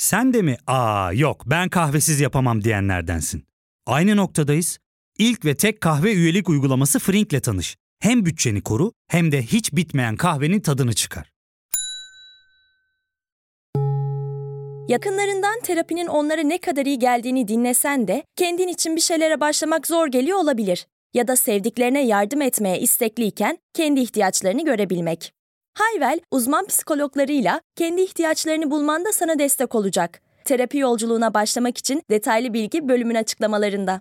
Sen de mi yok ben kahvesiz yapamam diyenlerdensin? Aynı noktadayız. İlk ve tek kahve üyelik uygulaması Frink'le tanış. Hem bütçeni koru hem de hiç bitmeyen kahvenin tadını çıkar. Yakınlarından terapinin onlara ne kadar iyi geldiğini dinlesen de kendin için bir şeylere başlamak zor geliyor olabilir. Ya da sevdiklerine yardım etmeye istekliyken kendi ihtiyaçlarını görebilmek. Hayvel, uzman psikologlarıyla kendi ihtiyaçlarını bulmanda sana destek olacak. Terapi yolculuğuna başlamak için detaylı bilgi bölümün açıklamalarında.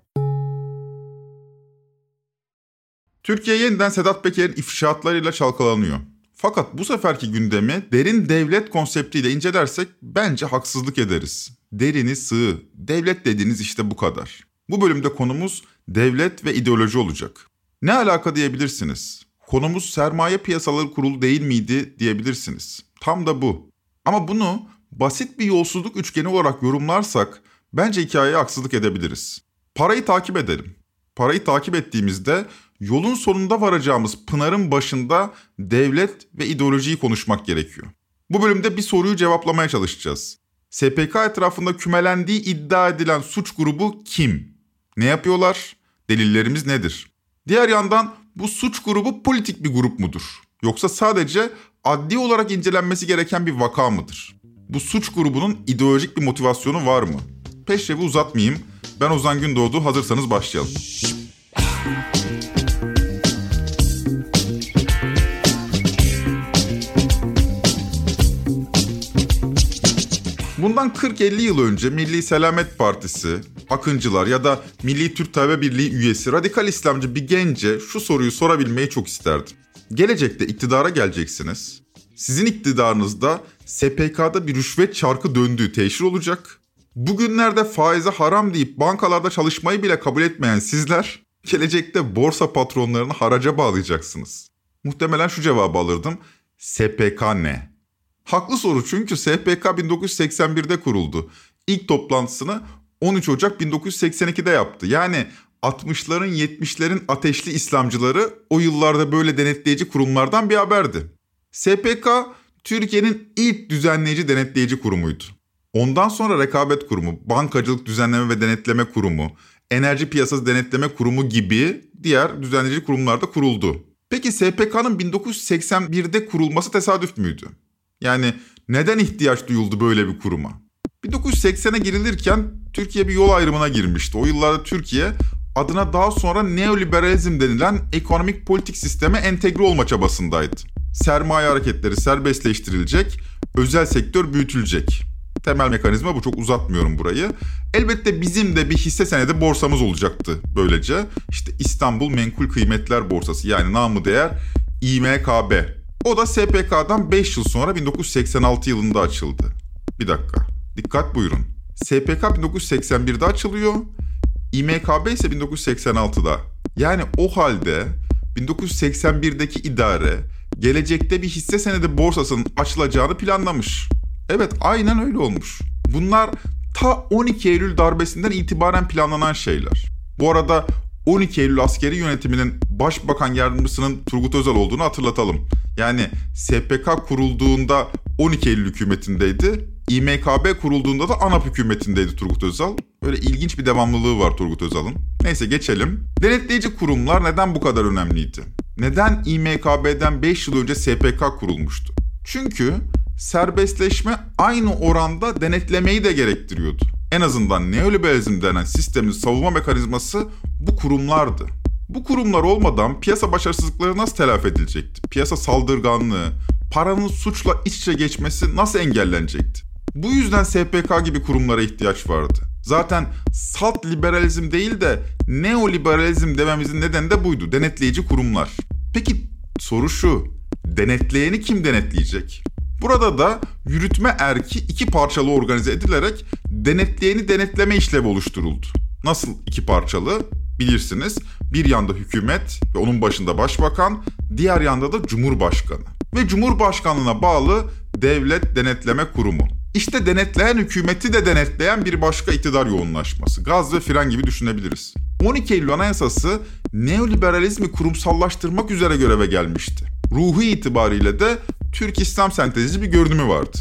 Türkiye yeniden Sedat Peker'in ifşaatlarıyla çalkalanıyor. Fakat bu seferki gündemi derin devlet konseptiyle incelersek bence haksızlık ederiz. Derini sığ, devlet dediğiniz işte bu kadar. Bu bölümde konumuz devlet ve ideoloji olacak. Ne alaka diyebilirsiniz? Konumuz sermaye piyasaları kurulu değil miydi diyebilirsiniz. Tam da bu. Ama bunu basit bir yolsuzluk üçgeni olarak yorumlarsak bence hikayeye haksızlık edebiliriz. Parayı takip edelim. Parayı takip ettiğimizde yolun sonunda varacağımız pınarın başında devlet ve ideolojiyi konuşmak gerekiyor. Bu bölümde bir soruyu cevaplamaya çalışacağız. SPK etrafında kümelendiği iddia edilen suç grubu kim? Ne yapıyorlar? Delillerimiz nedir? Diğer yandan bu suç grubu politik bir grup mudur? Yoksa sadece adli olarak incelenmesi gereken bir vaka mıdır? Bu suç grubunun ideolojik bir motivasyonu var mı? Peşrevi uzatmayayım. Ben Ozan Gündoğdu, hazırsanız başlayalım. Bundan 40-50 yıl önce Milli Selamet Partisi, Akıncılar ya da Milli Türk Talebe Birliği üyesi radikal İslamcı bir gence şu soruyu sorabilmeyi çok isterdim. Gelecekte iktidara geleceksiniz. Sizin iktidarınızda SPK'da bir rüşvet çarkı döndüğü teşhir olacak. Bugünlerde faize haram deyip bankalarda çalışmayı bile kabul etmeyen sizler, gelecekte borsa patronlarını haraca bağlayacaksınız. Muhtemelen şu cevabı alırdım: SPK ne? Haklı soru, çünkü SPK 1981'de kuruldu. İlk toplantısını 13 Ocak 1982'de yaptı. Yani 60'ların 70'lerin ateşli İslamcıları o yıllarda böyle denetleyici kurumlardan bir haberdi. SPK Türkiye'nin ilk düzenleyici denetleyici kurumuydu. Ondan sonra Rekabet Kurumu, Bankacılık Düzenleme ve Denetleme Kurumu, Enerji Piyasası Denetleme Kurumu gibi diğer düzenleyici kurumlar da kuruldu. Peki SPK'nın 1981'de kurulması tesadüf müydü? Yani neden ihtiyaç duyuldu böyle bir kuruma? 1980'e girilirken Türkiye bir yol ayrımına girmişti. O yıllarda Türkiye adına daha sonra neoliberalizm denilen ekonomik politik sisteme entegre olma çabasındaydı. Sermaye hareketleri serbestleştirilecek, özel sektör büyütülecek. Temel mekanizma bu, çok uzatmıyorum burayı. Elbette bizim de bir hisse senedi borsamız olacaktı böylece. İşte İstanbul Menkul Kıymetler Borsası, yani namı değer İMKB. O da SPK'dan 5 yıl sonra 1986 yılında açıldı. Bir dakika, dikkat buyurun. SPK 1981'de açılıyor, İMKB ise 1986'da. Yani o halde 1981'deki idare gelecekte bir hisse senedi borsasının açılacağını planlamış. Evet, aynen öyle olmuş. Bunlar ta 12 Eylül darbesinden itibaren planlanan şeyler. Bu arada 12 Eylül askeri yönetiminin başbakan yardımcısının Turgut Özal olduğunu hatırlatalım. Yani SPK kurulduğunda 12 Eylül hükümetindeydi. İMKB kurulduğunda da ANAP hükümetindeydi Turgut Özal. Böyle ilginç bir devamlılığı var Turgut Özal'ın. Neyse, geçelim. Denetleyici kurumlar neden bu kadar önemliydi? Neden İMKB'den 5 yıl önce SPK kurulmuştu? Çünkü serbestleşme aynı oranda denetlemeyi de gerektiriyordu. En azından neoliberalizm denen sistemin savunma mekanizması bu kurumlardı. Bu kurumlar olmadan piyasa başarısızlıkları nasıl telafi edilecekti? Piyasa saldırganlığı, paranın suçla iç içe geçmesi nasıl engellenecekti? Bu yüzden SPK gibi kurumlara ihtiyaç vardı. Zaten salt liberalizm değil de neoliberalizm dememizin nedeni de buydu: denetleyici kurumlar. Peki soru şu: denetleyeni kim denetleyecek? Burada da yürütme erki iki parçalı organize edilerek denetleyeni denetleme işlevi oluşturuldu. Nasıl iki parçalı? Bilirsiniz, bir yanda hükümet ve onun başında başbakan, diğer yanda da Cumhurbaşkanı. Ve Cumhurbaşkanlığına bağlı Devlet Denetleme Kurumu. İşte denetleyen hükümeti de denetleyen bir başka iktidar yoğunlaşması. Gaz ve fren gibi düşünebiliriz. 12 Eylül Anayasası neoliberalizmi kurumsallaştırmak üzere göreve gelmişti. Ruhu itibariyle de Türk İslam sentezci bir görünümü vardı.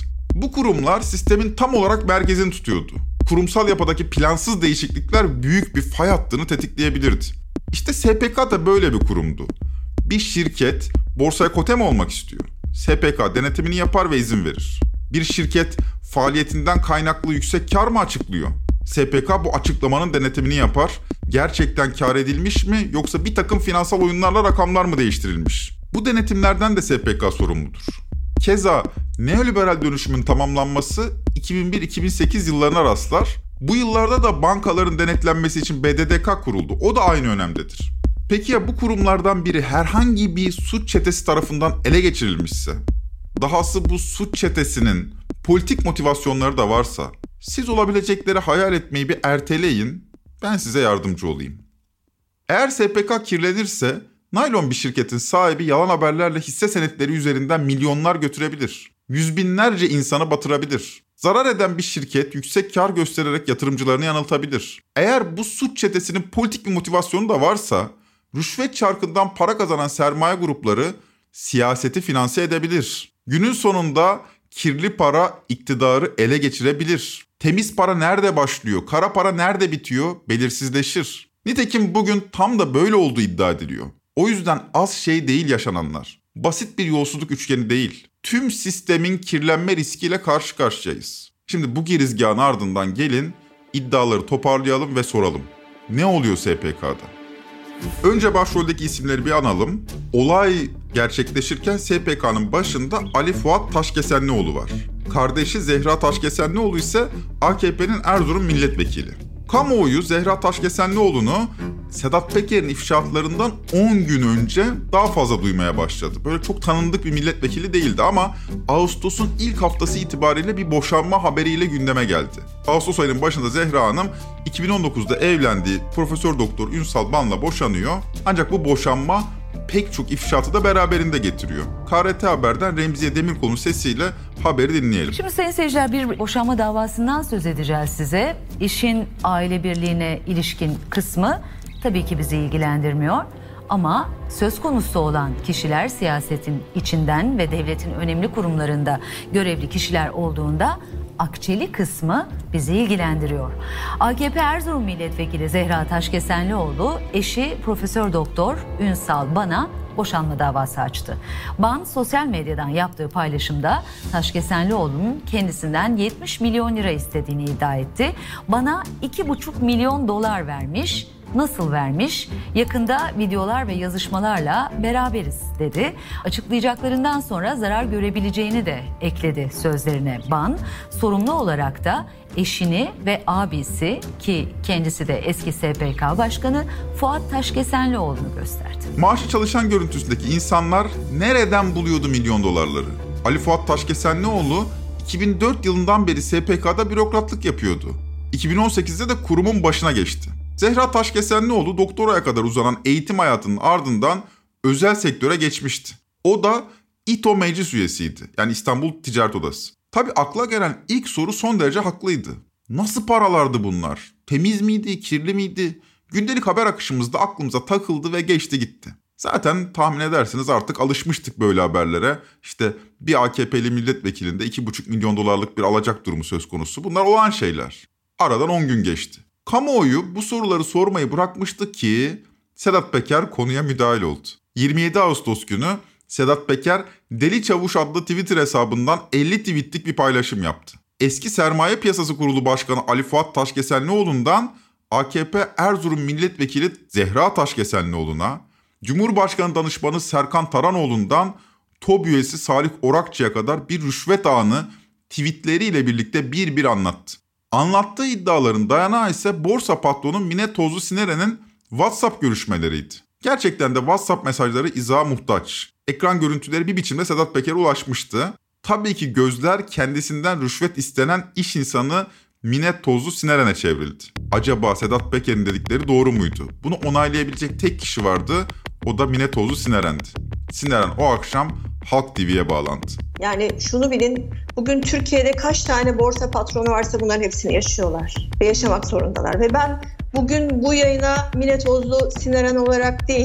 Bu kurumlar sistemin tam olarak merkezini tutuyordu. Kurumsal yapıdaki plansız değişiklikler büyük bir fay hattını tetikleyebilirdi. İşte SPK da böyle bir kurumdu. Bir şirket borsaya kote mi olmak istiyor? SPK denetimini yapar ve izin verir. Bir şirket faaliyetinden kaynaklı yüksek kar mı açıklıyor? SPK bu açıklamanın denetimini yapar. Gerçekten kar edilmiş mi yoksa bir takım finansal oyunlarla rakamlar mı değiştirilmiş? Bu denetimlerden de SPK sorumludur. Keza neoliberal dönüşümün tamamlanması 2001-2008 yıllarına rastlar. Bu yıllarda da bankaların denetlenmesi için BDDK kuruldu. O da aynı önemdedir. Peki ya bu kurumlardan biri herhangi bir suç çetesi tarafından ele geçirilmişse, dahası bu suç çetesinin politik motivasyonları da varsa, siz olabilecekleri hayal etmeyi bir erteleyin, ben size yardımcı olayım. Eğer SPK kirlenirse, naylon bir şirketin sahibi yalan haberlerle hisse senetleri üzerinden milyonlar götürebilir. Yüz binlerce insanı batırabilir. Zarar eden bir şirket yüksek kar göstererek yatırımcılarını yanıltabilir. Eğer bu suç çetesinin politik bir motivasyonu da varsa, rüşvet çarkından para kazanan sermaye grupları siyaseti finanse edebilir. Günün sonunda kirli para iktidarı ele geçirebilir. Temiz para nerede başlıyor, kara para nerede bitiyor belirsizleşir. Nitekim bugün tam da böyle olduğu iddia ediliyor. O yüzden az şey değil yaşananlar. Basit bir yolsuzluk üçgeni değil. Tüm sistemin kirlenme riskiyle karşı karşıyayız. Şimdi bu girizgahın ardından gelin iddiaları toparlayalım ve soralım. Ne oluyor SPK'da? Önce başroldeki isimleri bir analım. Olay gerçekleşirken SPK'nın başında Ali Fuat Taşkesenlioğlu var. Kardeşi Zehra Taşkesenlioğlu ise AKP'nin Erzurum milletvekili. Kamuoyu Zehra Taşkesenlioğlu'nu Sedat Peker'in ifşaatlarından 10 gün önce daha fazla duymaya başladı. Böyle çok tanındık bir milletvekili değildi ama Ağustos'un ilk haftası itibariyle bir boşanma haberiyle gündeme geldi. Ağustos ayının başında Zehra Hanım 2019'da evlendiği Profesör Doktor Ünsal Ban'la boşanıyor. Ancak bu boşanma pek çok ifşaatı da beraberinde getiriyor. KRT Haber'den Remziye Demirkol'un sesiyle haberi dinleyelim. Şimdi sayın seyirciler bir boşanma davasından söz edeceğiz size. İşin aile birliğine ilişkin kısmı tabii ki bizi ilgilendirmiyor. Ama söz konusu olan kişiler siyasetin içinden ve devletin önemli kurumlarında görevli kişiler olduğunda akçeli kısmı bizi ilgilendiriyor. AKP Erzurum Milletvekili Zehra Taşkesenlioğlu eşi Profesör Doktor Ünsal Ban'a boşanma davası açtı. Ban sosyal medyadan yaptığı paylaşımda Taşkesenlioğlu'nun kendisinden 70 milyon lira istediğini iddia etti. Ban'a 2,5 milyon dolar vermiş. Nasıl vermiş? Yakında videolar ve yazışmalarla beraberiz dedi. Açıklayacaklarından sonra zarar görebileceğini de ekledi sözlerine Ban. Sorumlu olarak da eşini ve abisi ki kendisi de eski SPK Başkanı Fuat Taşkesenlioğlu'nu gösterdi. Maaşı çalışan görüntüsündeki insanlar nereden buluyordu milyon dolarları? Ali Fuat Taşkesenlioğlu 2004 yılından beri SPK'da bürokratlık yapıyordu. 2018'de de kurumun başına geçti. Zehra Taşkesenlioğlu doktoraya kadar uzanan eğitim hayatının ardından özel sektöre geçmişti. O da İTO meclis üyesiydi. Yani İstanbul Ticaret Odası. Tabii akla gelen ilk soru son derece haklıydı. Nasıl paralardı bunlar? Temiz miydi, kirli miydi? Gündelik haber akışımızda aklımıza takıldı ve geçti gitti. Zaten tahmin edersiniz artık alışmıştık böyle haberlere. İşte bir AKP'li milletvekilinde 2,5 milyon dolarlık bir alacak durumu söz konusu. Bunlar olağan şeyler. Aradan 10 gün geçti. Kamuoyu bu soruları sormayı bırakmıştı ki Sedat Peker konuya müdahil oldu. 27 Ağustos günü Sedat Peker Deli Çavuş adlı Twitter hesabından 50 tweetlik bir paylaşım yaptı. Eski Sermaye Piyasası Kurulu Başkanı Ali Fuat Taşkesenlioğlu'ndan AKP Erzurum Milletvekili Zehra Taşkesenlioğlu'na, Cumhurbaşkanı Danışmanı Serkan Taranoğlu'ndan TOB üyesi Salih Orakçı'ya kadar bir rüşvet ağını tweetleriyle birlikte bir anlattı. Anlattığı iddiaların dayanağı ise borsa patronu Mine Tozlu Sineren'in WhatsApp görüşmeleriydi. Gerçekten de WhatsApp mesajları izaha muhtaç. Ekran görüntüleri bir biçimde Sedat Peker'e ulaşmıştı. Tabii ki gözler kendisinden rüşvet istenen iş insanı Mine Tozlu Sineren'e çevrildi. Acaba Sedat Peker'in dedikleri doğru muydu? Bunu onaylayabilecek tek kişi vardı. O da Mine Tozlu Sineren'di. Sineren o akşam Halk TV'ye bağlandı. Yani şunu bilin, bugün Türkiye'de kaç tane borsa patronu varsa bunların hepsini yaşıyorlar ve yaşamak zorundalar. Ve ben bugün bu yayına Mine Tozlu Sineren olarak değil,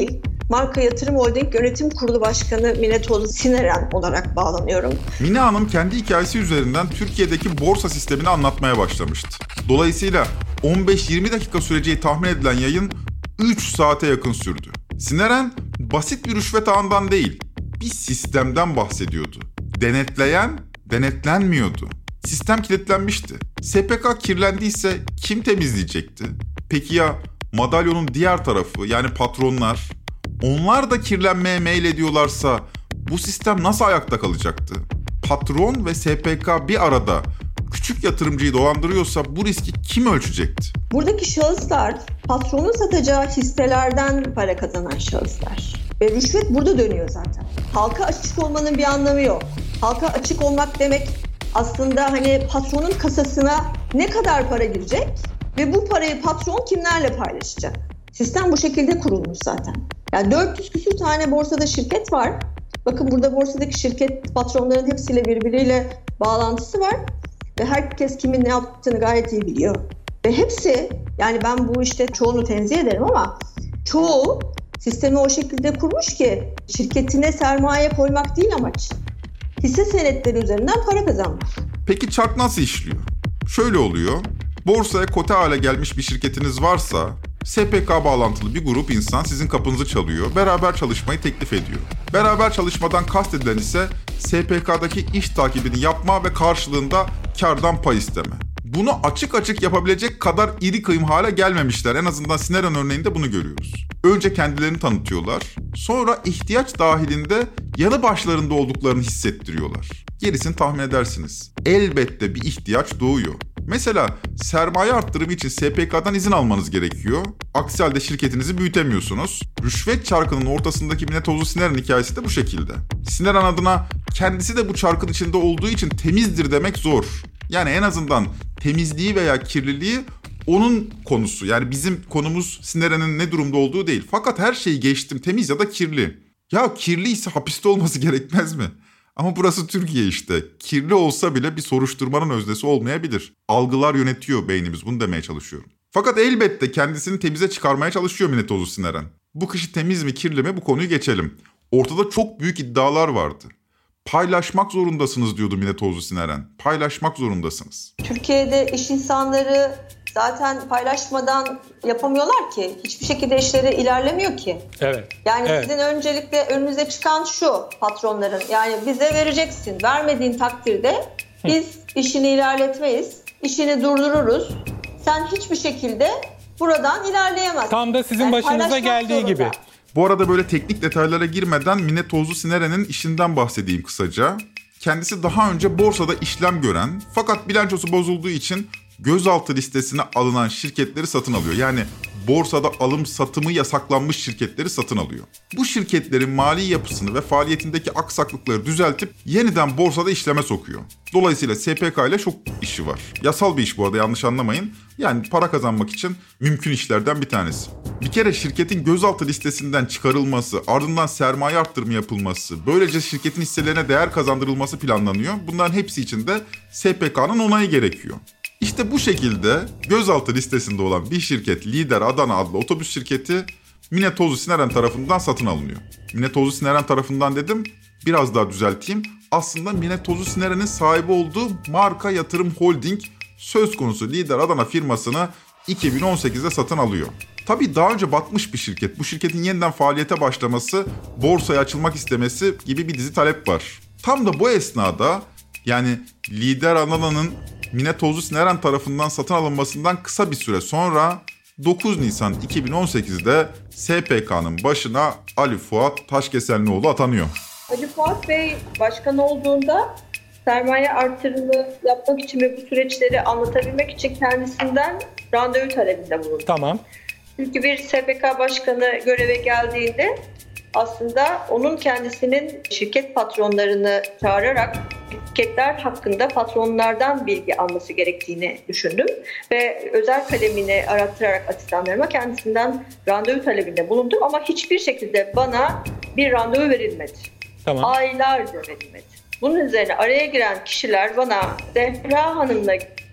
Marka Yatırım Holding Yönetim Kurulu Başkanı Mine Tozlu Sineren olarak bağlanıyorum. Mine Hanım kendi hikayesi üzerinden Türkiye'deki borsa sistemini anlatmaya başlamıştı. Dolayısıyla 15-20 dakika süreceği tahmin edilen yayın 3 saate yakın sürdü. Sineren basit bir rüşvet ağından değil, bir sistemden bahsediyordu. Denetleyen, denetlenmiyordu. Sistem kilitlenmişti. SPK kirlendiyse kim temizleyecekti? Peki ya madalyonun diğer tarafı, yani patronlar? Onlar da kirlenmeye meylediyorlarsa bu sistem nasıl ayakta kalacaktı? Patron ve SPK bir arada küçük yatırımcıyı dolandırıyorsa bu riski kim ölçecekti? Buradaki şahıslar patronun satacağı hisselerden para kazanan şahıslar. Ve rüşvet burada dönüyor zaten. Halka açık olmanın bir anlamı yok. Halka açık olmak demek aslında hani patronun kasasına ne kadar para girecek ve bu parayı patron kimlerle paylaşacak? Sistem bu şekilde kurulmuş zaten. Yani 400 küsur tane borsada şirket var. Bakın burada borsadaki şirket patronların hepsiyle birbiriyle bağlantısı var. Ve herkes kimin ne yaptığını gayet iyi biliyor. Ve hepsi, yani ben bu işte çoğunu tenzih ederim ama çoğu sistemi o şekilde kurmuş ki şirketine sermaye koymak değil amaç. Hisse senetleri üzerinden para kazanmak. Peki çark nasıl işliyor? Şöyle oluyor. Borsaya kote hale gelmiş bir şirketiniz varsa SPK bağlantılı bir grup insan sizin kapınızı çalıyor, beraber çalışmayı teklif ediyor. Beraber çalışmadan kastedilen ise SPK'daki iş takibini yapma ve karşılığında kardan pay isteme. Bunu açık açık yapabilecek kadar iri kıyım hale gelmemişler. En azından Sineren örneğinde bunu görüyoruz. Önce kendilerini tanıtıyorlar, sonra ihtiyaç dahilinde yanı başlarında olduklarını hissettiriyorlar. Gerisini tahmin edersiniz. Elbette bir ihtiyaç doğuyor. Mesela sermaye arttırımı için SPK'dan izin almanız gerekiyor. Aksi halde şirketinizi büyütemiyorsunuz. Rüşvet çarkının ortasındaki Mine Tozlu Sineren hikayesi de bu şekilde. Sineren adına kendisi de bu çarkın içinde olduğu için temizdir demek zor. Yani en azından temizliği veya kirliliği onun konusu. Yani bizim konumuz Sineren'in ne durumda olduğu değil. Fakat her şeyi geçtim, temiz ya da kirli. Ya kirliyse hapiste olması gerekmez mi? Ama burası Türkiye işte. Kirli olsa bile bir soruşturmanın öznesi olmayabilir. Algılar yönetiyor beynimiz, bunu demeye çalışıyorum. Fakat elbette kendisini temize çıkarmaya çalışıyor Mine Tozlu Sineren. Bu kişi temiz mi kirli mi bu konuyu geçelim. Ortada çok büyük iddialar vardı. Paylaşmak zorundasınız diyordu Mine Tozlu Sineren. Paylaşmak zorundasınız. Türkiye'de iş insanları zaten paylaşmadan yapamıyorlar ki. Hiçbir şekilde işleri ilerlemiyor ki. Evet. Yani sizin öncelikle önünüze çıkan şu patronların. Yani bize vereceksin. Vermediğin takdirde biz işini ilerletmeyiz. İşini durdururuz. Sen hiçbir şekilde buradan ilerleyemezsin. Tam da sizin başınıza geldiği zorunda. gibi. Bu arada böyle teknik detaylara girmeden Mine Tozlu Sineren'in işinden bahsedeyim kısaca. Kendisi daha önce borsada işlem gören fakat bilançosu bozulduğu için gözaltı listesine alınan şirketleri satın alıyor. Yani borsada alım satımı yasaklanmış şirketleri satın alıyor. Bu şirketlerin mali yapısını ve faaliyetindeki aksaklıkları düzeltip yeniden borsada işleme sokuyor. Dolayısıyla SPK ile çok işi var. Yasal bir iş bu arada, yanlış anlamayın. Yani para kazanmak için mümkün işlerden bir tanesi. Bir kere şirketin gözaltı listesinden çıkarılması, ardından sermaye arttırımı yapılması, böylece şirketin hisselerine değer kazandırılması planlanıyor. Bunların hepsi için de SPK'nın onayı gerekiyor. İşte bu şekilde gözaltı listesinde olan bir şirket, Lider Adana adlı otobüs şirketi Mine Tozlu Sineren tarafından satın alınıyor. Mine Tozlu Sineren tarafından dedim, biraz daha düzelteyim. Aslında Mine Tozlu Sineren'in sahibi olduğu Marka Yatırım Holding söz konusu Lider Adana firmasını 2018'de satın alıyor. Tabii daha önce batmış bir şirket. Bu şirketin yeniden faaliyete başlaması, borsaya açılmak istemesi gibi bir dizi talep var. Tam da bu esnada, yani Lider Adana'nın Mine Tozlu Sineren tarafından satın alınmasından kısa bir süre sonra 9 Nisan 2018'de SPK'nın başına Ali Fuat Taşkesenlioğlu atanıyor. Ali Fuat Bey başkan olduğunda sermaye artırımı yapmak için ve bu süreçleri anlatabilmek için kendisinden randevu talebinde bulundu. Tamam. Çünkü bir SPK başkanı göreve geldiğinde aslında onun kendisinin şirket patronlarını çağırarak şirketler hakkında patronlardan bilgi alması gerektiğini düşündüm. Ve özel kalemini arattırarak asistanlarıma kendisinden randevu talebinde bulundum. Ama hiçbir şekilde bana bir randevu verilmedi. Tamam. Aylarca verilmedi. Bunun üzerine araya giren kişiler bana Zehra Hanım'la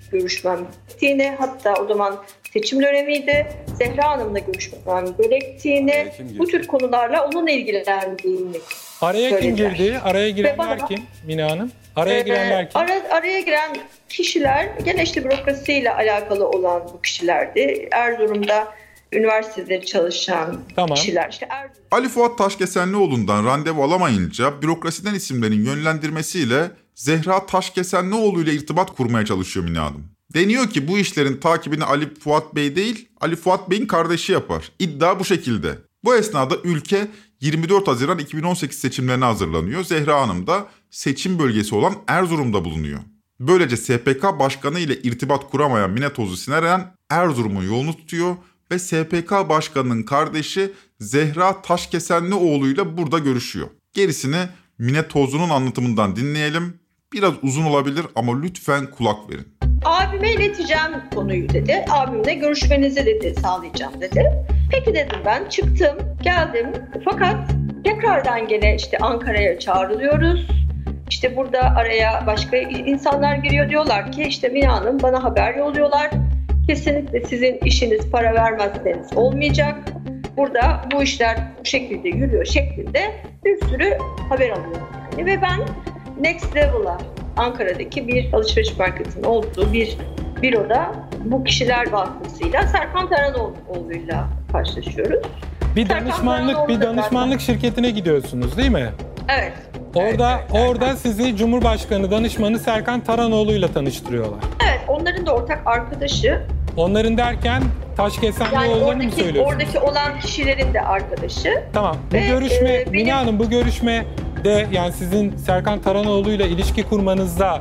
görüşmem gerektiğini, hatta o zaman seçim dönemiydi, Zehra Hanım'la görüşmem gerektiğini, bu tür konularla onun ilgilendiğini Araya söylediler. kim girdi? Araya girenler bana- kim Mine Hanım? Araya girenler kim? Araya giren kişiler gene işte bürokrasiyle alakalı olan bu kişilerdi. Erzurum'da üniversitede çalışan Tamam. kişiler. İşte Ali Fuat Taşkesenlioğlu'ndan randevu alamayınca bürokrasiden isimlerin yönlendirmesiyle Zehra Taşkesenlioğlu ile irtibat kurmaya çalışıyor Mine Hanım. Deniyor ki bu işlerin takibini Ali Fuat Bey değil, Ali Fuat Bey'in kardeşi yapar. İddia bu şekilde. Bu esnada ülke 24 Haziran 2018 seçimlerine hazırlanıyor. Zehra Hanım da seçim bölgesi olan Erzurum'da bulunuyor. Böylece SPK Başkanı ile irtibat kuramayan Mine Tozlu Sineren Erzurum'un yolunu tutuyor ve SPK Başkanı'nın kardeşi Zehra Taşkesenlioğlu ile burada görüşüyor. Gerisini Mine Tozlu'nun anlatımından dinleyelim. Biraz uzun olabilir ama lütfen kulak verin. abime ileteceğim konuyu dedi. Abimle görüşmenizi dedi sağlayacağım dedi. Peki dedim, ben çıktım, geldim. Fakat tekrardan gene işte Ankara'ya çağrılıyoruz. İşte burada araya başka insanlar giriyor, diyorlar ki işte Mine Hanım bana haber yolluyorlar. Kesinlikle sizin işiniz para vermezseniz olmayacak. Burada bu işler bu şekilde yürüyor şeklinde bir sürü haber alıyorum yani. Ve ben Next Level'a, Ankara'daki bir alışveriş marketinin olduğu bir büroda bu kişiler vasıtasıyla Serkan Taranoğlu'yla karşılaşıyoruz. Bir Serkan danışmanlık Taranoğlu da danışmanlık şirketine gidiyorsunuz değil mi? Evet. Orada sizi Cumhurbaşkanı danışmanı Serkan Taranoğlu'yla tanıştırıyorlar. Evet, onların da ortak arkadaşı. Onların derken Yani Taşkesenlioğlu'nu mu söylüyorsunuz? oradaki olan kişilerin de arkadaşı. Tamam. Bu Ve, görüşme, Mine benim- Hanım, bu görüşme de yani sizin Serkan Taranoğlu'yla ilişki kurmanızda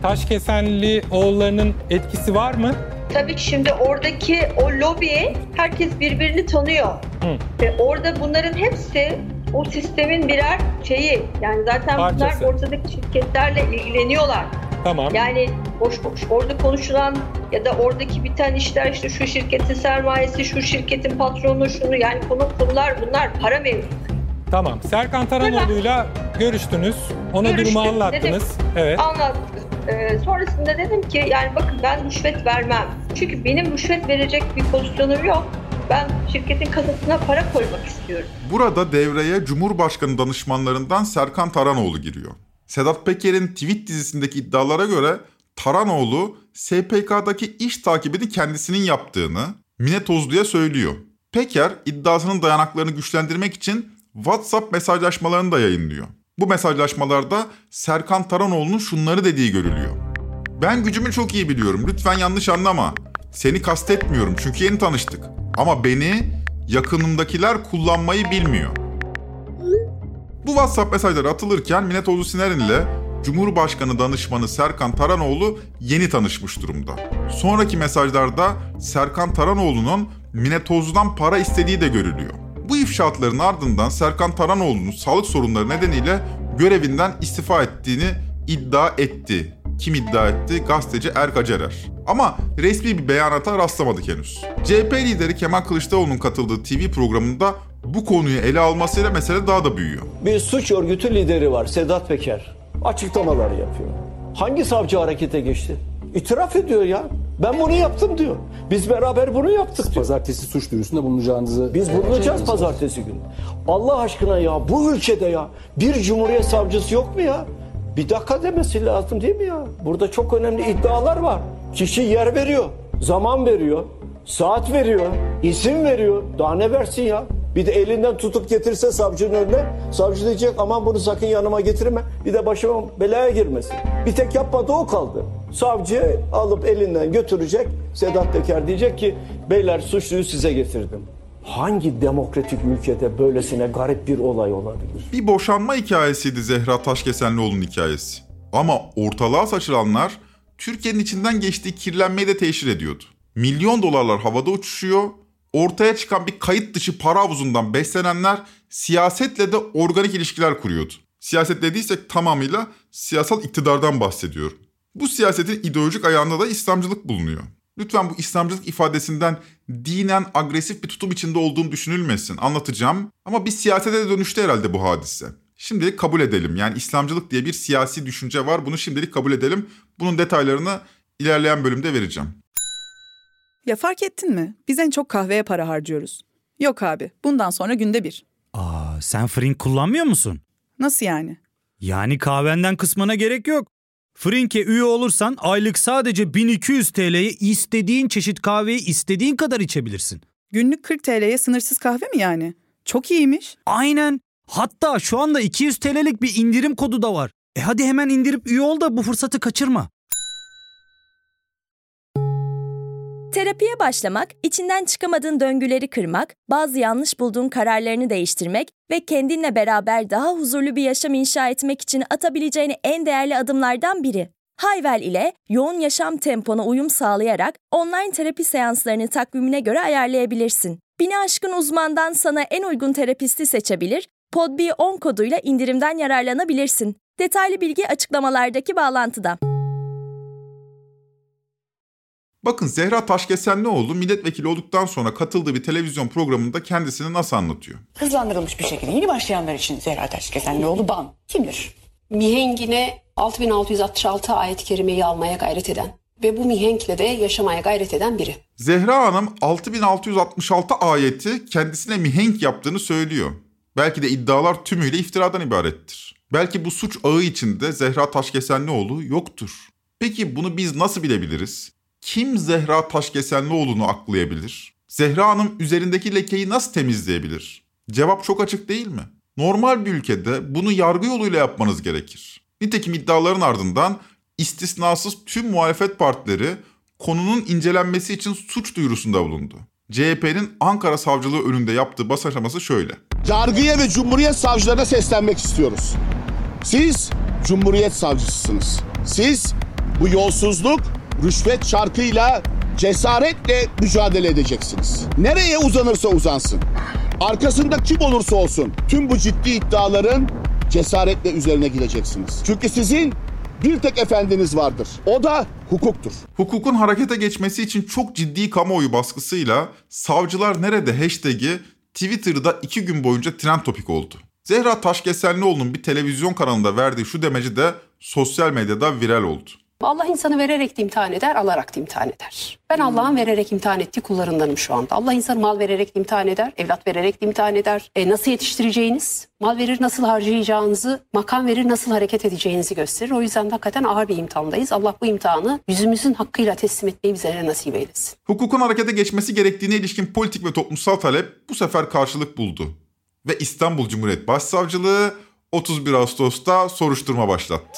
Taşkesenlioğullarının etkisi var mı? Tabii ki şimdi oradaki o lobi, herkes birbirini tanıyor. Ve orada bunların hepsi o sistemin birer şeyi. Yani zaten Parçası. bunlar ortadaki şirketlerle ilgileniyorlar. Tamam. Yani boş orada konuşulan ya da oradaki biten işler, işte şu şirketin sermayesi, şu şirketin patronu, şunu, yani konular bunlar para mevzusu. Tamam. Serkan Taranoğlu'yla görüştünüz. Ona Görüştüm, durumu anlattınız. Evet. Anlattık. Sonrasında dedim ki yani bakın ben rüşvet vermem. Çünkü benim rüşvet verecek bir pozisyonum yok. Ben şirketin kasasına para koymak istiyorum. Burada devreye Cumhurbaşkanı danışmanlarından Serkan Taranoğlu giriyor. Sedat Peker'in tweet dizisindeki iddialara göre Taranoğlu SPK'daki iş takibini kendisinin yaptığını Mine Tozlu'ya söylüyor. Peker iddiasının dayanaklarını güçlendirmek için WhatsApp mesajlaşmalarını da yayınlıyor. Bu mesajlaşmalarda Serkan Taranoğlu'nun şunları dediği görülüyor. Ben gücümü çok iyi biliyorum, lütfen yanlış anlama. Seni kastetmiyorum çünkü yeni tanıştık. Ama beni yakınımdakiler kullanmayı bilmiyor. Bu WhatsApp mesajları atılırken Mine Tozlu Sineren ile Cumhurbaşkanı danışmanı Serkan Taranoğlu yeni tanışmış durumda. Sonraki mesajlarda Serkan Taranoğlu'nun Mine Tozlu'dan para istediği de görülüyor. Bu ifşaatların ardından Serkan Taranoğlu'nun sağlık sorunları nedeniyle görevinden istifa ettiğini iddia etti. Kim iddia etti? Gazeteci Erka Cerer. Ama resmi bir beyanata rastlamadık henüz. CHP lideri Kemal Kılıçdaroğlu'nun katıldığı TV programında bu konuyu ele almasıyla mesele daha da büyüyor. Bir suç örgütü lideri var, Sedat Peker. Açıklamalar yapıyor. Hangi savcı harekete geçti? İtiraf ediyor ya. Ben bunu yaptım diyor. Biz beraber bunu yaptık diyor. Pazartesi suç duyurusunda bulunacağınızı... Biz bulunacağız pazartesi günü. Allah aşkına ya, bu ülkede ya bir cumhuriyet savcısı yok mu ya? Bir dakika demesi lazım değil mi ya? Burada çok önemli iddialar var. Kişi yer veriyor, zaman veriyor, saat veriyor, isim veriyor. Daha ne versin ya? Bir de elinden tutup getirse savcının önüne, savcı diyecek aman bunu sakın yanıma getirme. Bir de başıma belaya girmesin. Bir tek yapmadığı o kaldı. Savcı alıp elinden götürecek. Sedat Peker diyecek ki beyler suçluyu size getirdim. Hangi demokratik ülkede böylesine garip bir olay olabilir? Bir boşanma hikayesiydi Zehra Taşkesenlioğlu'nun hikayesi. Ama ortalığa saçılanlar Türkiye'nin içinden geçtiği kirlenmeyi de teşhir ediyordu. Milyon dolarlar havada uçuşuyor, ortaya çıkan bir kayıt dışı para havuzundan beslenenler siyasetle de organik ilişkiler kuruyordu. Siyaset dediysek tamamıyla siyasal iktidardan bahsediyorum. Bu siyasetin ideolojik ayağında da İslamcılık bulunuyor. Lütfen bu İslamcılık ifadesinden dinen agresif bir tutum içinde olduğum düşünülmesin. Anlatacağım ama bir siyasete de dönüştü herhalde bu hadise. Şimdilik kabul edelim. Yani İslamcılık diye bir siyasi düşünce var. Bunu şimdilik kabul edelim. Bunun detaylarını İlerleyen bölümde vereceğim. Ya fark ettin mi? Biz en çok kahveye para harcıyoruz. Yok abi, bundan sonra günde 1. Sen Frink kullanmıyor musun? Nasıl yani? Yani kahvenden kısmına gerek yok. Frink'e üye olursan aylık sadece 1200 TL'ye istediğin çeşit kahveyi istediğin kadar içebilirsin. Günlük 40 TL'ye sınırsız kahve mi yani? Çok iyiymiş. Aynen. Hatta şu anda 200 TL'lik bir indirim kodu da var. Hadi hemen indirip üye ol da bu fırsatı kaçırma. Terapiye başlamak, içinden çıkamadığın döngüleri kırmak, bazı yanlış bulduğun kararlarını değiştirmek ve kendinle beraber daha huzurlu bir yaşam inşa etmek için atabileceğin en değerli adımlardan biri. Hayvel ile yoğun yaşam tempona uyum sağlayarak online terapi seanslarını takvimine göre ayarlayabilirsin. 1000'i aşkın uzmandan sana en uygun terapisti seçebilir, PodB10 koduyla indirimden yararlanabilirsin. Detaylı bilgi açıklamalardaki bağlantıda. Bakın Zehra Taşkesenlioğlu milletvekili olduktan sonra katıldığı bir televizyon programında kendisini nasıl anlatıyor? Hızlandırılmış bir şekilde yeni başlayanlar için Zehra Taşkesenlioğlu BAN kimdir? Mihengine 6666 ayet-i kerimeyi almaya gayret eden ve bu mihenkle de yaşamaya gayret eden biri. Zehra Hanım 6666 ayeti kendisine mihenk yaptığını söylüyor. Belki de iddialar tümüyle iftiradan ibarettir. Belki bu suç ağı içinde Zehra Taşkesenlioğlu yoktur. Peki bunu biz nasıl bilebiliriz? Kim Zehra Taşkesenlioğlu'nu aklayabilir? Zehra Hanım üzerindeki lekeyi nasıl temizleyebilir? Cevap çok açık değil mi? Normal bir ülkede bunu yargı yoluyla yapmanız gerekir. Nitekim iddiaların ardından istisnasız tüm muhalefet partileri konunun incelenmesi için suç duyurusunda bulundu. CHP'nin Ankara Savcılığı önünde yaptığı basın açıklaması şöyle. Yargıya ve Cumhuriyet savcılarına seslenmek istiyoruz. Siz Cumhuriyet savcısısınız. Siz bu yolsuzluk, rüşvet çarkıyla cesaretle mücadele edeceksiniz. Nereye uzanırsa uzansın, arkasında kim olursa olsun tüm bu ciddi iddiaların cesaretle üzerine gideceksiniz. Çünkü sizin bir tek efendiniz vardır. O da hukuktur. Hukukun harekete geçmesi için çok ciddi kamuoyu baskısıyla savcılar nerede hashtag'i Twitter'da 2 gün boyunca trend topik oldu. Zehra Taşkesenlioğlu'nun bir televizyon kanalında verdiği şu demeci de sosyal medyada viral oldu. Allah insanı vererek de imtihan eder, alarak da imtihan eder. Ben Allah'ın vererek imtihan ettiği kullarındanım şu anda. Allah insanı mal vererek de imtihan eder, evlat vererek de imtihan eder. Nasıl yetiştireceğiniz, mal verir nasıl harcayacağınızı, makam verir nasıl hareket edeceğinizi gösterir. O yüzden hakikaten ağır bir imtihandayız. Allah bu imtihanı yüzümüzün hakkıyla teslim etmeyi bize nasip eylesin. Hukukun harekete geçmesi gerektiğine ilişkin politik ve toplumsal talep bu sefer karşılık buldu. Ve İstanbul Cumhuriyet Başsavcılığı 31 Ağustos'ta soruşturma başlattı.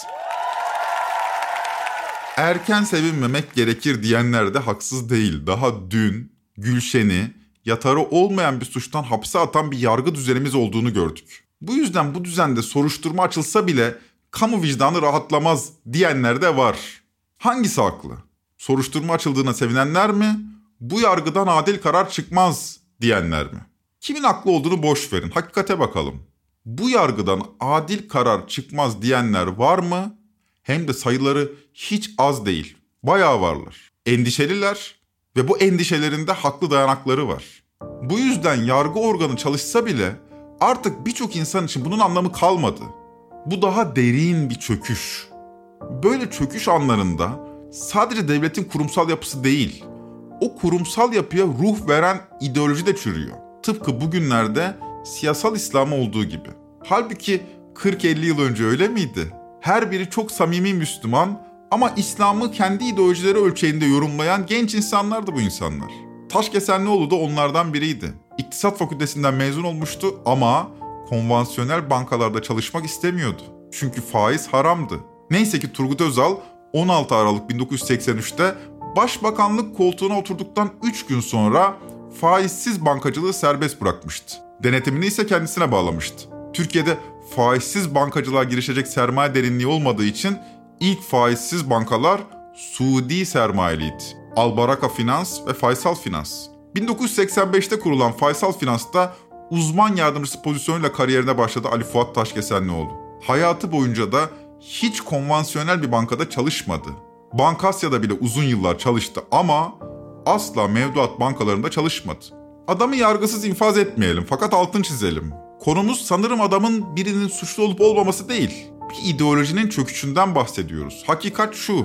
Erken sevinmemek gerekir diyenler de haksız değil. Daha dün Gülşen'i yatarı olmayan bir suçtan hapse atan bir yargı düzenimiz olduğunu gördük. Bu yüzden bu düzende soruşturma açılsa bile kamu vicdanı rahatlamaz diyenler de var. Hangisi haklı? Soruşturma açıldığına sevinenler mi? Bu yargıdan adil karar çıkmaz diyenler mi? Kimin haklı olduğunu boş verin. Hakikate bakalım. Bu yargıdan adil karar çıkmaz diyenler var mı? Hem de sayıları hiç az değil. Bayağı varlar. Endişeliler ve bu endişelerinde haklı dayanakları var. Bu yüzden yargı organı çalışsa bile artık birçok insan için bunun anlamı kalmadı. Bu daha derin bir çöküş. Böyle çöküş anlarında sadece devletin kurumsal yapısı değil, o kurumsal yapıya ruh veren ideoloji de çürüyor. Tıpkı bugünlerde siyasal İslam olduğu gibi. Halbuki 40-50 yıl önce öyle miydi? Her biri çok samimi Müslüman ama İslam'ı kendi ideolojileri ölçeğinde yorumlayan genç insanlardı bu insanlar. Taşkesenlioğlu da onlardan biriydi. İktisat Fakültesinden mezun olmuştu ama konvansiyonel bankalarda çalışmak istemiyordu. Çünkü faiz haramdı. Neyse ki Turgut Özal 16 Aralık 1983'te başbakanlık koltuğuna oturduktan 3 gün sonra faizsiz bankacılığı serbest bırakmıştı. Denetimini ise kendisine bağlamıştı. Türkiye'de faizsiz bankacılığa girişecek sermaye derinliği olmadığı için ilk faizsiz bankalar Suudi sermayeliydi. Albaraka Finans ve Faysal Finans. 1985'te kurulan Faysal Finans'ta uzman yardımcısı pozisyonuyla kariyerine başladı Ali Fuat Taşkesenlioğlu. Hayatı boyunca da hiç konvansiyonel bir bankada çalışmadı. Bankasya'da bile uzun yıllar çalıştı ama asla mevduat bankalarında çalışmadı. Adamı yargısız infaz etmeyelim fakat altın çizelim. Konumuz sanırım adamın birinin suçlu olup olmaması değil. Bir ideolojinin çöküşünden bahsediyoruz. Hakikat şu,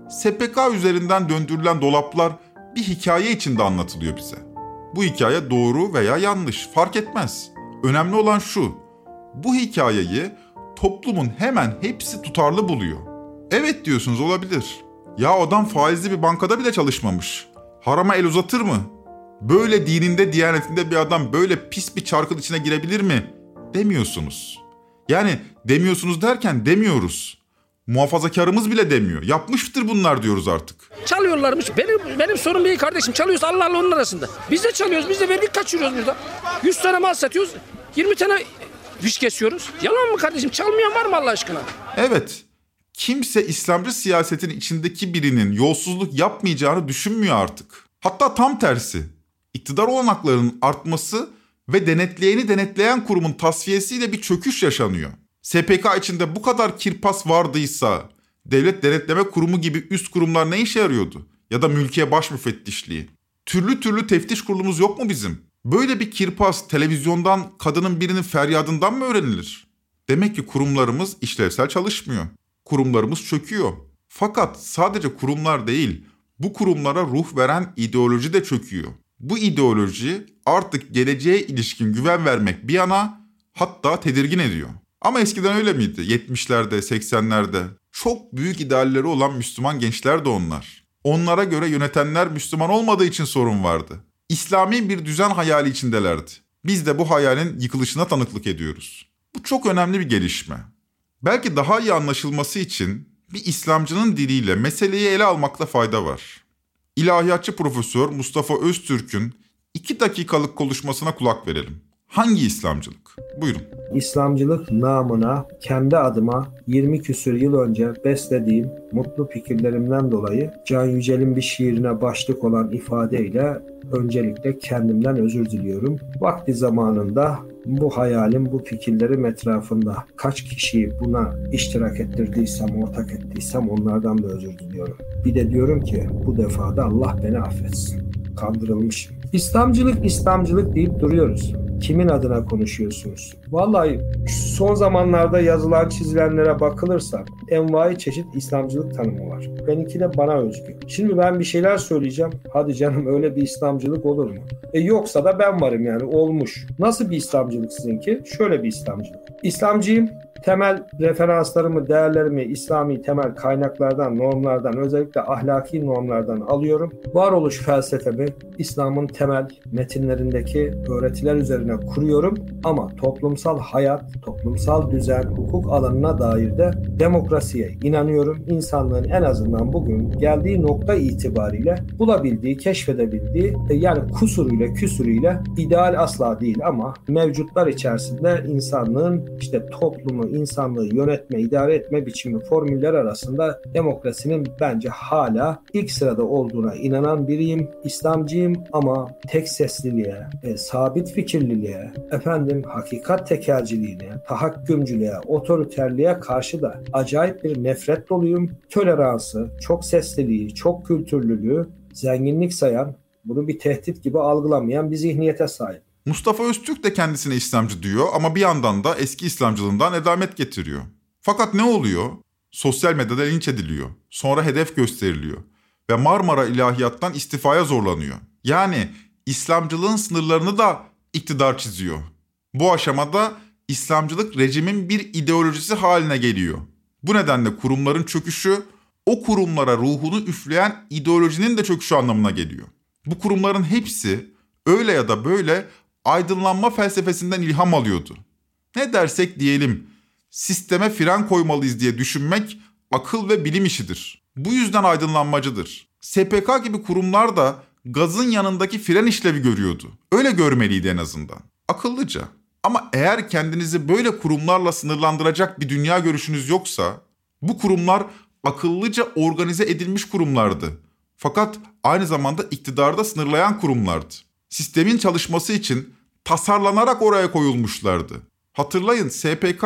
SPK üzerinden döndürülen dolaplar bir hikaye içinde anlatılıyor bize. Bu hikaye doğru veya yanlış fark etmez. Önemli olan şu, bu hikayeyi toplumun hemen hepsi tutarlı buluyor. Evet diyorsunuz, olabilir. Ya adam faizli bir bankada bile çalışmamış. Harama el uzatır mı? Böyle dininde, diyanetinde bir adam böyle pis bir çarkın içine girebilir mi? Demiyorsunuz. Yani demiyorsunuz derken demiyoruz. Muhafazakarımız bile demiyor. Yapmıştır bunlar diyoruz artık. Çalıyorlarmış. Benim sorun değil kardeşim. Çalıyoruz, Allah Allah onun arasında. Biz de çalıyoruz. Biz de verdik kaçırıyoruz burada. 100 tane mal satıyoruz. 20 tane fiş kesiyoruz. Yalan mı kardeşim? Çalmayan var mı Allah aşkına? Evet. Kimse İslamcı siyasetin içindeki birinin yolsuzluk yapmayacağını düşünmüyor artık. Hatta tam tersi. İktidar olanaklarının artması ve denetleyen kurumun tasfiyesiyle bir çöküş yaşanıyor. SPK içinde bu kadar kirpas vardıysa Devlet Denetleme Kurumu gibi üst kurumlar ne işe yarıyordu? Ya da Mülkiye Baş Müfettişliği. Türlü teftiş kurulumuz yok mu bizim? Böyle bir kirpas televizyondan kadının birinin feryadından mı öğrenilir? Demek ki kurumlarımız işlevsel çalışmıyor. Kurumlarımız çöküyor. Fakat sadece kurumlar değil, bu kurumlara ruh veren ideoloji de çöküyor. Bu ideoloji artık geleceğe ilişkin güven vermek bir yana, hatta tedirgin ediyor. Ama eskiden öyle miydi? 70'lerde, 80'lerde çok büyük idealleri olan Müslüman gençler de onlar. Onlara göre yönetenler Müslüman olmadığı için sorun vardı. İslami bir düzen hayali içindelerdi. Biz de bu hayalin yıkılışına tanıklık ediyoruz. Bu çok önemli bir gelişme. Belki daha iyi anlaşılması için bir İslamcının diliyle meseleyi ele almakta fayda var. İlahiyatçı Profesör Mustafa Öztürk'ün 2 dakikalık konuşmasına kulak verelim. Hangi İslamcılık? Buyurun. İslamcılık namına kendi adıma 20 küsür yıl önce beslediğim mutlu fikirlerimden dolayı Can Yücel'in bir şiirine başlık olan ifadeyle öncelikle kendimden özür diliyorum. Vakti zamanında bu hayalim, bu fikirlerim etrafında kaç kişiyi buna iştirak ettirdiysem, ortak ettiysem onlardan da özür diliyorum. Bir de diyorum ki bu defa da Allah beni affetsin. Kandırılmışım. İslamcılık deyip duruyoruz. Kimin adına konuşuyorsunuz? Vallahi son zamanlarda yazılan çizilenlere bakılırsa envai çeşit İslamcılık tanımı var. Benimki de bana özgü. Şimdi ben bir şeyler söyleyeceğim. Hadi canım öyle bir İslamcılık olur mu? Yoksa da ben varım yani olmuş. Nasıl bir İslamcılık sizinki? Şöyle bir İslamcılık. İslamcıyım. Temel referanslarımı, değerlerimi İslami temel kaynaklardan, normlardan, özellikle ahlaki normlardan alıyorum. Varoluş felsefemi İslam'ın temel metinlerindeki öğretiler üzerine kuruyorum. Ama toplumsal hayat, toplumsal düzen, hukuk alanına dair de demokrasiye inanıyorum. İnsanlığın en azından bugün geldiği nokta itibariyle bulabildiği, keşfedebildiği, yani kusuruyla, küsürüyle ideal asla değil ama mevcutlar içerisinde insanlığın işte toplumu, insanlığı yönetme, idare etme biçimi formüller arasında demokrasinin bence hala ilk sırada olduğuna inanan biriyim. İslamcıyım ama tek sesliliğe, sabit fikirliliğe, hakikat tekelciliğine, tahakkümcülüğe, otoriterliğe karşı da acayip bir nefret doluyum. Toleransı, çok sesliliği, çok kültürlülüğü zenginlik sayan, bunu bir tehdit gibi algılamayan bir zihniyete sahip. Mustafa Öztürk de kendisine İslamcı diyor ama bir yandan da eski İslamcılığından edamet getiriyor. Fakat ne oluyor? Sosyal medyada linç ediliyor. Sonra hedef gösteriliyor. Ve Marmara İlahiyat'tan istifaya zorlanıyor. Yani İslamcılığın sınırlarını da iktidar çiziyor. Bu aşamada İslamcılık rejimin bir ideolojisi haline geliyor. Bu nedenle kurumların çöküşü, o kurumlara ruhunu üfleyen ideolojinin de çöküşü anlamına geliyor. Bu kurumların hepsi öyle ya da böyle aydınlanma felsefesinden ilham alıyordu. Ne dersek diyelim, sisteme fren koymalıyız diye düşünmek akıl ve bilim işidir. Bu yüzden aydınlanmacıdır. SPK gibi kurumlar da gazın yanındaki fren işlevi görüyordu. Öyle görmeliydi en azından. Akıllıca. Ama eğer kendinizi böyle kurumlarla sınırlandıracak bir dünya görüşünüz yoksa, bu kurumlar akıllıca organize edilmiş kurumlardı. Fakat aynı zamanda iktidarı da sınırlayan kurumlardı. Sistemin çalışması için tasarlanarak oraya koyulmuşlardı. Hatırlayın, SPK,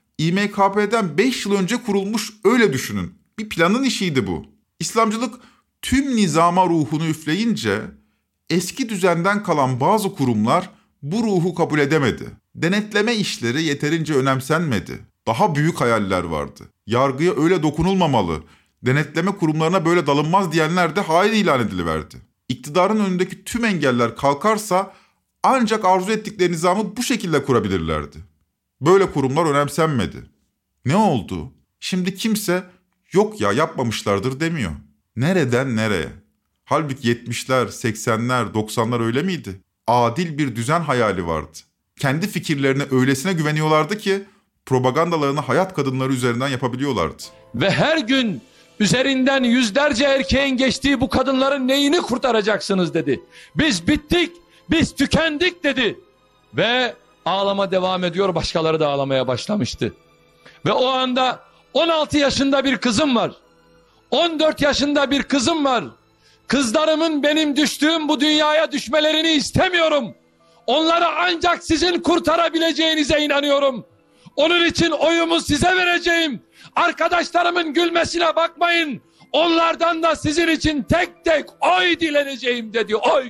İMKB'den 5 yıl önce kurulmuş, öyle düşünün. Bir planın işiydi bu. İslamcılık tüm nizama ruhunu üfleyince eski düzenden kalan bazı kurumlar bu ruhu kabul edemedi. Denetleme işleri yeterince önemsenmedi. Daha büyük hayaller vardı. Yargıya öyle dokunulmamalı, Denetleme kurumlarına böyle dalınmaz diyenler de hain ilan ediliverdi. İktidarın önündeki tüm engeller kalkarsa ancak arzu ettikleri nizamı bu şekilde kurabilirlerdi. Böyle kurumlar önemsenmedi. Ne oldu? Şimdi kimse yok ya yapmamışlardır demiyor. Nereden nereye? Halbuki 70'ler, 80'ler, 90'lar öyle miydi? Adil bir düzen hayali vardı. Kendi fikirlerine öylesine güveniyorlardı ki propagandalarını hayat kadınları üzerinden yapabiliyorlardı. Ve her gün üzerinden yüzlerce erkeğin geçtiği bu kadınların neyini kurtaracaksınız dedi. Biz bittik, biz tükendik dedi. Ve ağlama devam ediyor, başkaları da ağlamaya başlamıştı. Ve o anda 16 yaşında bir kızım var. 14 yaşında bir kızım var. Kızlarımın benim düştüğüm bu dünyaya düşmelerini istemiyorum. Onları ancak sizin kurtarabileceğinize inanıyorum. Onun için oyumu size vereceğim. Arkadaşlarımın gülmesine bakmayın. Onlardan da sizin için tek tek oy dileneceğim dedi. Oy.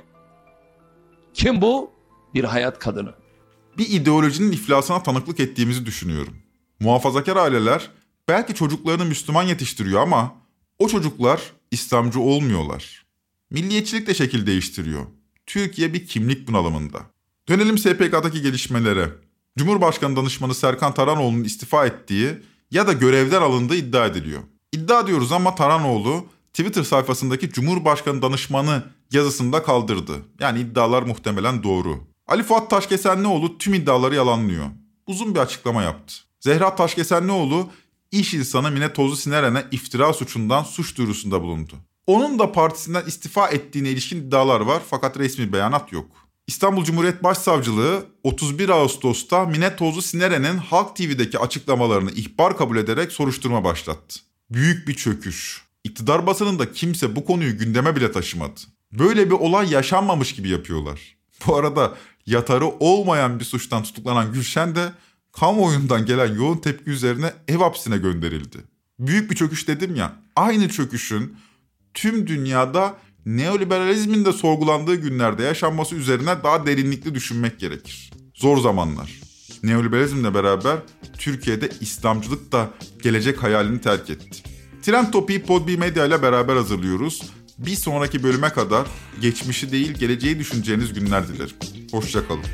Kim bu? Bir hayat kadını. Bir ideolojinin iflasına tanıklık ettiğimizi düşünüyorum. Muhafazakar aileler belki çocuklarını Müslüman yetiştiriyor ama o çocuklar İslamcı olmuyorlar. Milliyetçilik de şekil değiştiriyor. Türkiye bir kimlik bunalımında. Dönelim SPK'daki gelişmelere. Cumhurbaşkanı danışmanı Serkan Taranoğlu'nun istifa ettiği ya da görevden alındığı iddia ediliyor. İddia diyoruz ama Taranoğlu Twitter sayfasındaki Cumhurbaşkanı danışmanı yazısında kaldırdı. Yani iddialar muhtemelen doğru. Ali Fuat Taşkesenlioğlu tüm iddiaları yalanlıyor. Uzun bir açıklama yaptı. Zehra Taşkesenlioğlu iş insanı Mine Tozlu-Sineren'e iftira suçundan suç duyurusunda bulundu. Onun da partisinden istifa ettiğine ilişkin iddialar var fakat resmi beyanat yok. İstanbul Cumhuriyet Başsavcılığı 31 Ağustos'ta Mine Tozlu-Sineren'in Halk TV'deki açıklamalarını ihbar kabul ederek soruşturma başlattı. Büyük bir çöküş. İktidar basınında kimse bu konuyu gündeme bile taşımadı. Böyle bir olay yaşanmamış gibi yapıyorlar. Bu arada yatarı olmayan bir suçtan tutuklanan Gülşen de kamuoyundan gelen yoğun tepki üzerine ev hapsine gönderildi. Büyük bir çöküş dedim ya, aynı çöküşün tüm dünyada neoliberalizmin de sorgulandığı günlerde yaşanması üzerine daha derinlikli düşünmek gerekir. Zor zamanlar. Neoliberalizmle beraber Türkiye'de İslamcılık da gelecek hayalini terk etti. Trend Topi'yi Podbi Medya ile beraber hazırlıyoruz. Bir sonraki bölüme kadar geçmişi değil geleceği düşüneceğiniz günler dilerim. Hoşça kalın.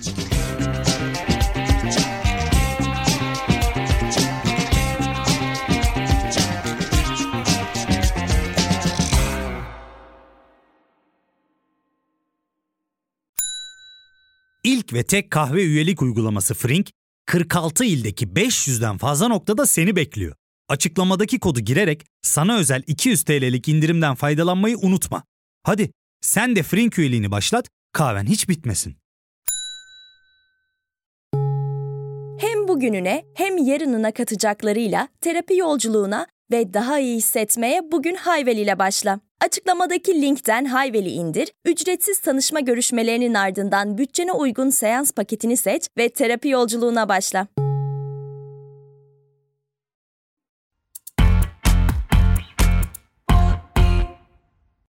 İlk ve tek kahve üyelik uygulaması Frink, 46 ildeki 500'den fazla noktada seni bekliyor. Açıklamadaki kodu girerek sana özel 200 TL'lik indirimden faydalanmayı unutma. Hadi sen de Frink üyeliğini başlat, kahven hiç bitmesin. Hem bugününe hem yarınına katacaklarıyla terapi yolculuğuna ve daha iyi hissetmeye bugün Hayvel ile başla. Açıklamadaki linkten Hayvel'i indir, ücretsiz tanışma görüşmelerinin ardından bütçene uygun seans paketini seç ve terapi yolculuğuna başla.